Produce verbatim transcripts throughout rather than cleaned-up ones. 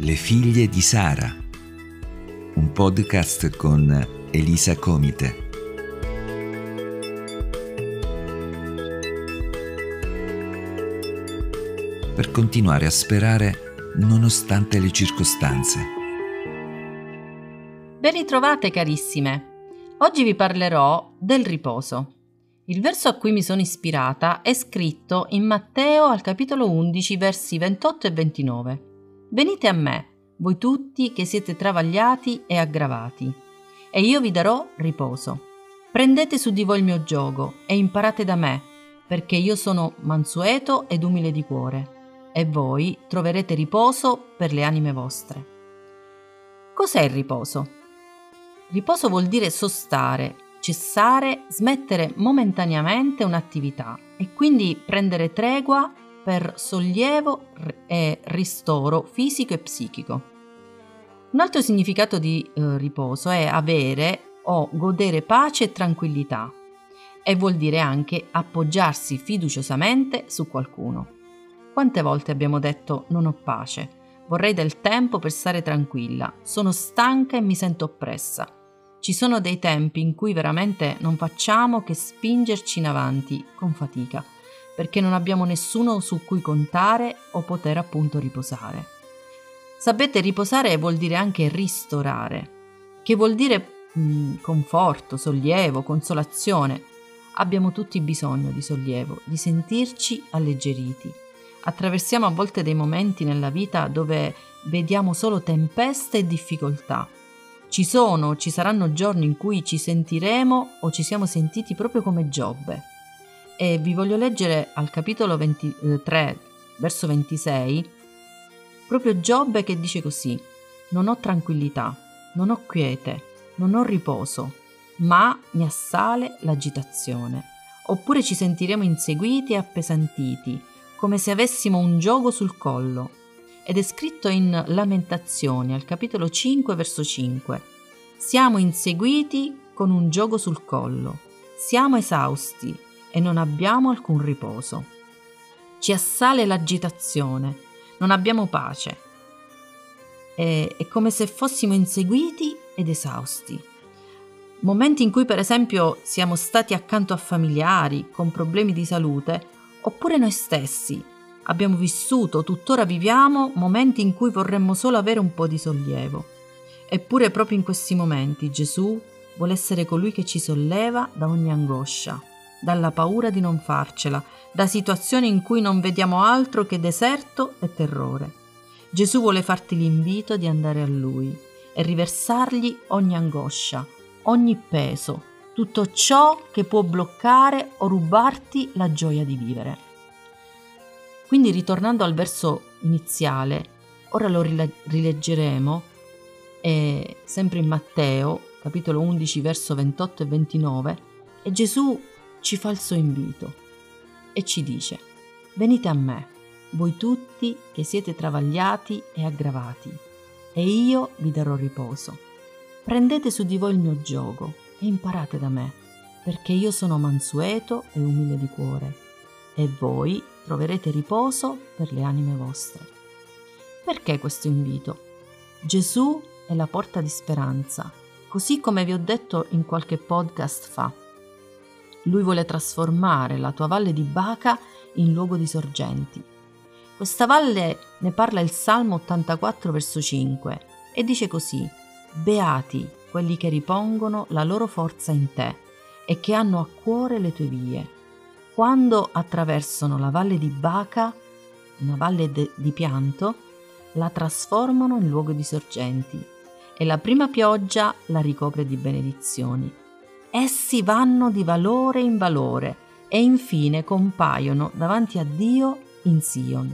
Le figlie di Sara, un podcast con Elisa Comite. Per continuare a sperare nonostante le circostanze. Ben ritrovate carissime, oggi vi parlerò del riposo. Il verso a cui mi sono ispirata è scritto in Matteo al capitolo undici versi ventotto e ventinove. Venite a me, voi tutti che siete travagliati e aggravati, e io vi darò riposo. Prendete su di voi il mio giogo e imparate da me, perché io sono mansueto ed umile di cuore, e voi troverete riposo per le anime vostre. Cos'è il riposo? Riposo vuol dire sostare, cessare, smettere momentaneamente un'attività e quindi prendere tregua per sollievo e ristoro fisico e psichico. Un altro significato di eh, riposo è avere o godere pace e tranquillità, e vuol dire anche appoggiarsi fiduciosamente su qualcuno. Quante volte abbiamo detto non ho pace, vorrei del tempo per stare tranquilla, sono stanca e mi sento oppressa. Ci sono dei tempi in cui veramente non facciamo che spingerci in avanti con fatica, perché non abbiamo nessuno su cui contare o poter appunto riposare. Sapete, riposare vuol dire anche ristorare, che vuol dire mh, conforto, sollievo, consolazione. Abbiamo tutti bisogno di sollievo, di sentirci alleggeriti. Attraversiamo a volte dei momenti nella vita dove vediamo solo tempeste e difficoltà. Ci sono, ci saranno giorni in cui ci sentiremo o ci siamo sentiti proprio come Giobbe. E vi voglio leggere al capitolo ventitré, verso ventisei, proprio Giobbe che dice così: non ho tranquillità, non ho quiete, non ho riposo, ma mi assale l'agitazione. Oppure ci sentiremo inseguiti e appesantiti, come se avessimo un giogo sul collo. Ed è scritto in Lamentazioni, al capitolo cinque, verso cinque. Siamo inseguiti con un giogo sul collo, siamo esausti e non abbiamo alcun riposo. Ci assale l'agitazione, non abbiamo pace. È, è come se fossimo inseguiti ed esausti. Momenti in cui, per esempio, siamo stati accanto a familiari con problemi di salute, oppure noi stessi abbiamo vissuto, tuttora viviamo, momenti in cui vorremmo solo avere un po' di sollievo. Eppure proprio in questi momenti Gesù vuole essere colui che ci solleva da ogni angoscia, dalla paura di non farcela, da situazioni in cui non vediamo altro che deserto e terrore. Gesù vuole farti l'invito di andare a Lui e riversargli ogni angoscia, ogni peso, tutto ciò che può bloccare o rubarti la gioia di vivere. Quindi, ritornando al verso iniziale, ora lo rileggeremo, è sempre in Matteo, capitolo undici, verso ventotto e ventinove, e Gesù ci fa il suo invito e ci dice: venite a me, voi tutti che siete travagliati e aggravati, e io vi darò riposo. Prendete su di voi il mio giogo e imparate da me, perché io sono mansueto e umile di cuore, e voi troverete riposo per le anime vostre. Perché questo invito? Gesù è la porta di speranza, così come vi ho detto in qualche podcast fa. Lui vuole trasformare la tua valle di Baca in luogo di sorgenti. Questa valle ne parla il Salmo ottantaquattro, verso cinque, e dice così: beati quelli che ripongono la loro forza in te e che hanno a cuore le tue vie. Quando attraversano la valle di Baca, una valle de- di pianto, la trasformano in luogo di sorgenti e la prima pioggia la ricopre di benedizioni. Essi vanno di valore in valore e infine compaiono davanti a Dio in Sion.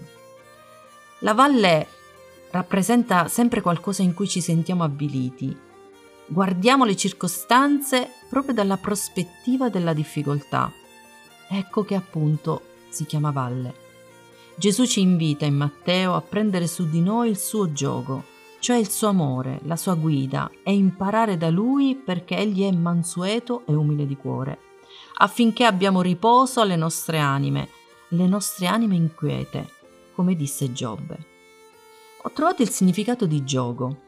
La valle rappresenta sempre qualcosa in cui ci sentiamo avviliti. Guardiamo le circostanze proprio dalla prospettiva della difficoltà. Ecco che appunto si chiama valle. Gesù ci invita in Matteo a prendere su di noi il suo giogo, cioè il suo amore, la sua guida, e imparare da Lui perché Egli è mansueto e umile di cuore, affinché abbiamo riposo alle nostre anime, le nostre anime inquiete, come disse Giobbe. ho trovato il significato di giogo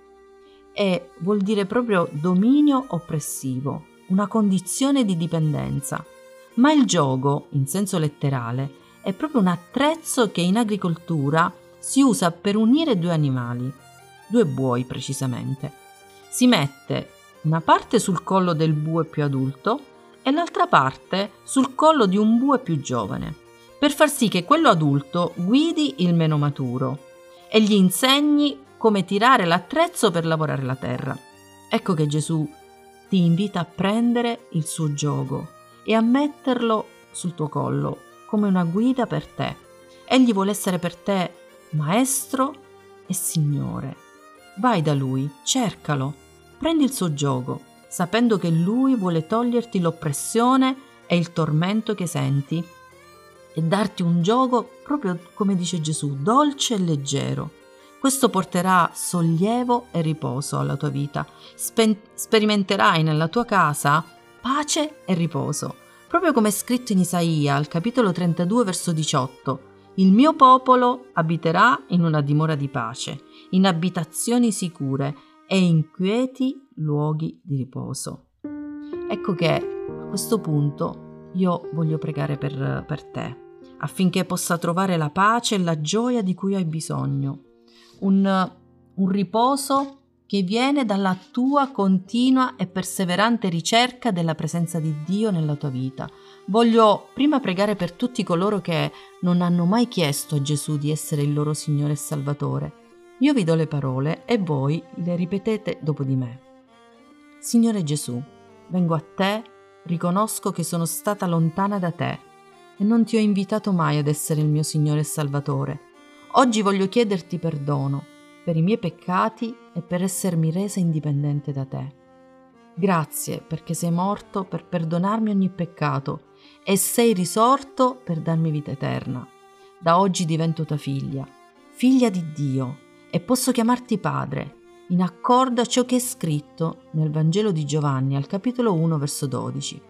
e vuol dire proprio dominio oppressivo, una condizione di dipendenza. Ma il giogo, in senso letterale, è proprio un attrezzo che in agricoltura si usa per unire due animali, due buoi precisamente. Si mette una parte sul collo del bue più adulto e l'altra parte sul collo di un bue più giovane, per far sì che quello adulto guidi il meno maturo e gli insegni come tirare l'attrezzo per lavorare la terra. Ecco che Gesù ti invita a prendere il suo giogo e a metterlo sul tuo collo come una guida per te. Egli vuole essere per te maestro e signore. Vai da lui, cercalo, prendi il suo giogo, sapendo che lui vuole toglierti l'oppressione e il tormento che senti e darti un giogo proprio come dice Gesù, dolce e leggero. Questo porterà sollievo e riposo alla tua vita. Spen- sperimenterai nella tua casa pace e riposo, proprio come è scritto in Isaia al capitolo trentadue verso diciotto. Il mio popolo abiterà in una dimora di pace, in abitazioni sicure e in quieti luoghi di riposo. Ecco che a questo punto io voglio pregare per, per te, affinché possa trovare la pace e la gioia di cui hai bisogno, un, un riposo che viene dalla tua continua e perseverante ricerca della presenza di Dio nella tua vita. Voglio prima pregare per tutti coloro che non hanno mai chiesto a Gesù di essere il loro Signore e Salvatore. Io vi do le parole e voi le ripetete dopo di me. Signore Gesù, vengo a te, riconosco che sono stata lontana da te e non ti ho invitato mai ad essere il mio Signore e Salvatore. Oggi voglio chiederti perdono per i miei peccati e per essermi resa indipendente da te. Grazie perché sei morto per perdonarmi ogni peccato e sei risorto per darmi vita eterna. Da oggi divento tua figlia, figlia di Dio, e posso chiamarti Padre, in accordo a ciò che è scritto nel Vangelo di Giovanni al capitolo uno verso dodici.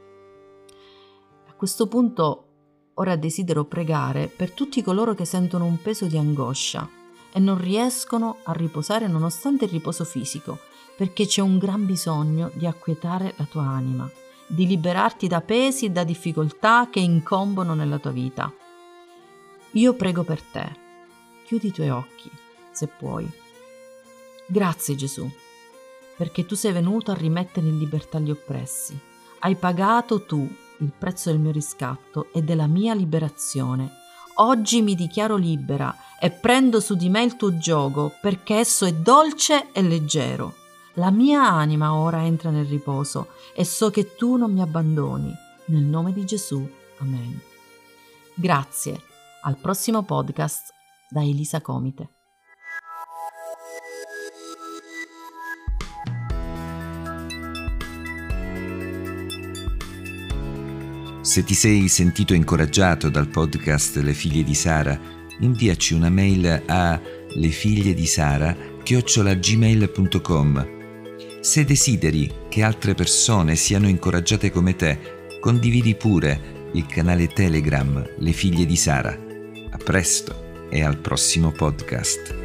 A questo punto ora desidero pregare per tutti coloro che sentono un peso di angoscia e non riescono a riposare nonostante il riposo fisico, perché c'è un gran bisogno di acquietare la tua anima, di liberarti da pesi e da difficoltà che incombono nella tua vita. Io prego per te. Chiudi i tuoi occhi, se puoi. Grazie Gesù, perché tu sei venuto a rimettere in libertà gli oppressi. Hai pagato tu il prezzo del mio riscatto e della mia liberazione. Oggi mi dichiaro libera e prendo su di me il tuo giogo, perché esso è dolce e leggero. La mia anima ora entra nel riposo e so che tu non mi abbandoni. Nel nome di Gesù. Amen. Grazie. Al prossimo podcast da Elisa Comite. Se ti sei sentito incoraggiato dal podcast Le figlie di Sara, inviaci una mail a lefigliedisara chiocciola gmail punto com. Se desideri che altre persone siano incoraggiate come te, condividi pure il canale Telegram Le figlie di Sara. A presto e al prossimo podcast.